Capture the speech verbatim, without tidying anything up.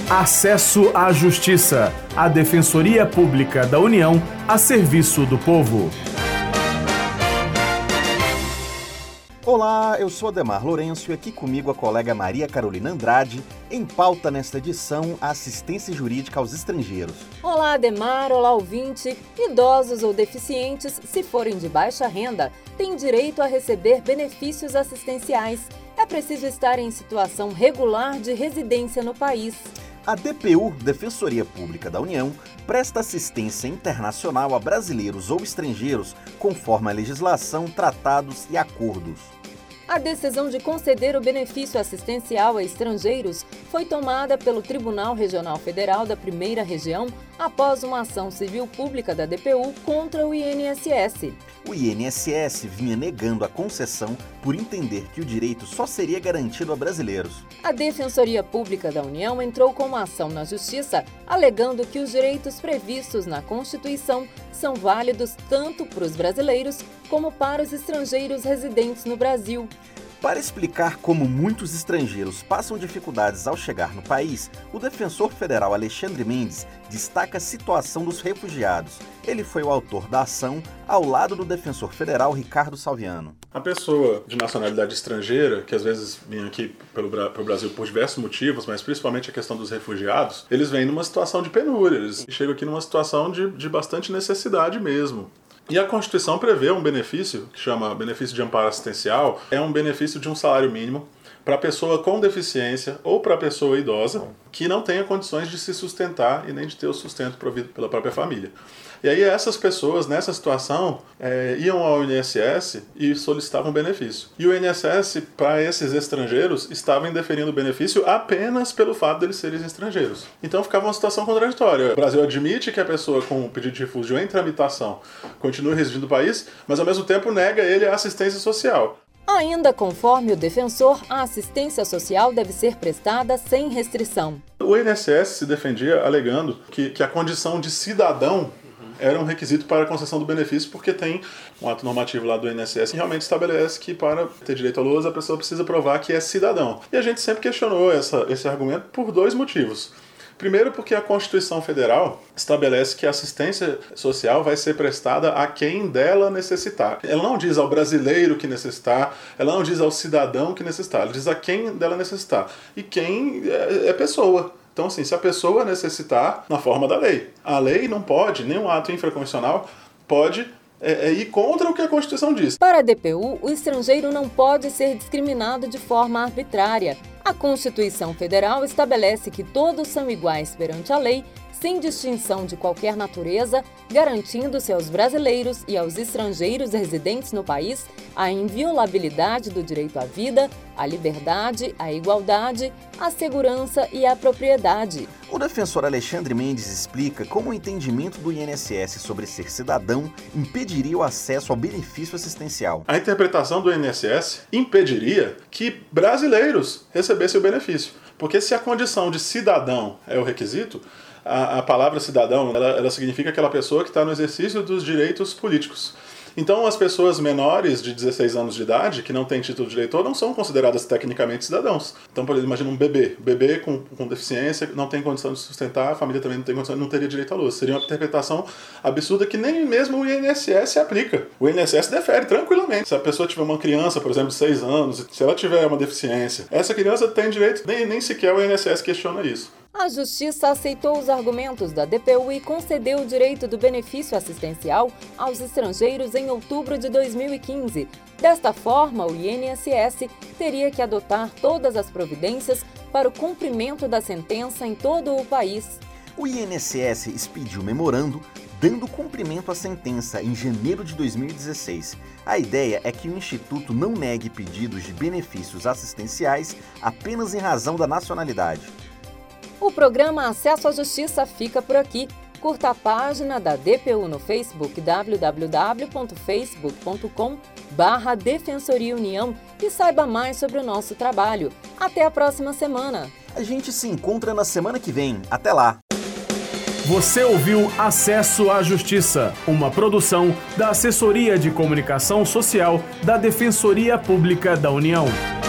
Acesso à Justiça, a Defensoria Pública da União a serviço do povo. Olá, eu sou Ademar Lourenço e aqui comigo a colega Maria Carolina Andrade, em pauta nesta edição a assistência jurídica aos estrangeiros. Olá, Ademar, olá, ouvinte. Idosos ou deficientes, se forem de baixa renda, têm direito a receber benefícios assistenciais. É preciso estar em situação regular de residência no país. A D P U, Defensoria Pública da União, presta assistência internacional a brasileiros ou estrangeiros conforme a legislação, tratados e acordos. A decisão de conceder o benefício assistencial a estrangeiros foi tomada pelo Tribunal Regional Federal da Primeira Região após uma ação civil pública da D P U contra o I N S S. O I N S S vinha negando a concessão por entender que o direito só seria garantido a brasileiros. A Defensoria Pública da União entrou com uma ação na Justiça, alegando que os direitos previstos na Constituição são válidos tanto para os brasileiros como para os estrangeiros residentes no Brasil. Para explicar como muitos estrangeiros passam dificuldades ao chegar no país, o defensor federal Alexandre Mendes destaca a situação dos refugiados. Ele foi o autor da ação, ao lado do defensor federal Ricardo Salviano. A pessoa de nacionalidade estrangeira, que às vezes vem aqui pelo, pelo Brasil por diversos motivos, mas principalmente a questão dos refugiados, eles vêm numa situação de penúria, eles chegam aqui numa situação de, de bastante necessidade mesmo. E a Constituição prevê um benefício, que chama benefício de amparo assistencial, é um benefício de um salário mínimo para a pessoa com deficiência ou para a pessoa idosa que não tenha condições de se sustentar e nem de ter o sustento provido pela própria família. E aí essas pessoas, nessa situação, é, iam ao I N S S e solicitavam benefício. E o I N S S, para esses estrangeiros, estava indeferindo o benefício apenas pelo fato deles serem estrangeiros. Então ficava uma situação contraditória. O Brasil admite que a pessoa com pedido de refúgio em tramitação continue residindo no país, mas ao mesmo tempo nega ele a assistência social. Ainda conforme o defensor, a assistência social deve ser prestada sem restrição. O I N S S se defendia alegando que, que a condição de cidadão era um requisito para a concessão do benefício, porque tem um ato normativo lá do I N S S que realmente estabelece que para ter direito à lousa a pessoa precisa provar que é cidadão. E a gente sempre questionou essa, esse argumento por dois motivos. Primeiro, porque a Constituição Federal estabelece que a assistência social vai ser prestada a quem dela necessitar. Ela não diz ao brasileiro que necessitar, ela não diz ao cidadão que necessitar, ela diz a quem dela necessitar. E quem é, é pessoa. Então, assim, se a pessoa necessitar, na forma da lei. A lei não pode, nenhum ato infraconstitucional pode é, é ir contra o que a Constituição diz. Para a D P U, o estrangeiro não pode ser discriminado de forma arbitrária. A Constituição Federal estabelece que todos são iguais perante a lei, sem distinção de qualquer natureza, garantindo-se aos brasileiros e aos estrangeiros residentes no país a inviolabilidade do direito à vida, à liberdade, à igualdade, à segurança e à propriedade. O defensor Alexandre Mendes explica como o entendimento do I N S S sobre ser cidadão impediria o acesso ao benefício assistencial. A interpretação do I N S S impediria que brasileiros recebessem o benefício, porque se a condição de cidadão é o requisito, A, a palavra cidadão, ela, ela significa aquela pessoa que está no exercício dos direitos políticos. Então, as pessoas menores de dezesseis anos de idade, que não têm título de eleitor, não são consideradas tecnicamente cidadãos. Então, por exemplo, imagina um bebê. Bebê com, com deficiência, não tem condição de sustentar, a família também não tem condição, não teria direito à lousa. Seria uma interpretação absurda que nem mesmo o I N S S aplica. O I N S S defere tranquilamente. Se a pessoa tiver uma criança, por exemplo, de seis anos, se ela tiver uma deficiência, essa criança tem direito, nem, nem sequer o I N S S questiona isso. A Justiça aceitou os argumentos da D P U e concedeu o direito do benefício assistencial aos estrangeiros em outubro de dois mil e quinze. Desta forma, o I N S S teria que adotar todas as providências para o cumprimento da sentença em todo o país. O I N S S expediu memorando dando cumprimento à sentença em janeiro de dois mil e dezesseis. A ideia é que o Instituto não negue pedidos de benefícios assistenciais apenas em razão da nacionalidade. O programa Acesso à Justiça fica por aqui. Curta a página da D P U no Facebook, w w w ponto facebook ponto com barra Defensoria União, e saiba mais sobre o nosso trabalho. Até a próxima semana. A gente se encontra na semana que vem. Até lá! Você ouviu Acesso à Justiça, uma produção da Assessoria de Comunicação Social da Defensoria Pública da União.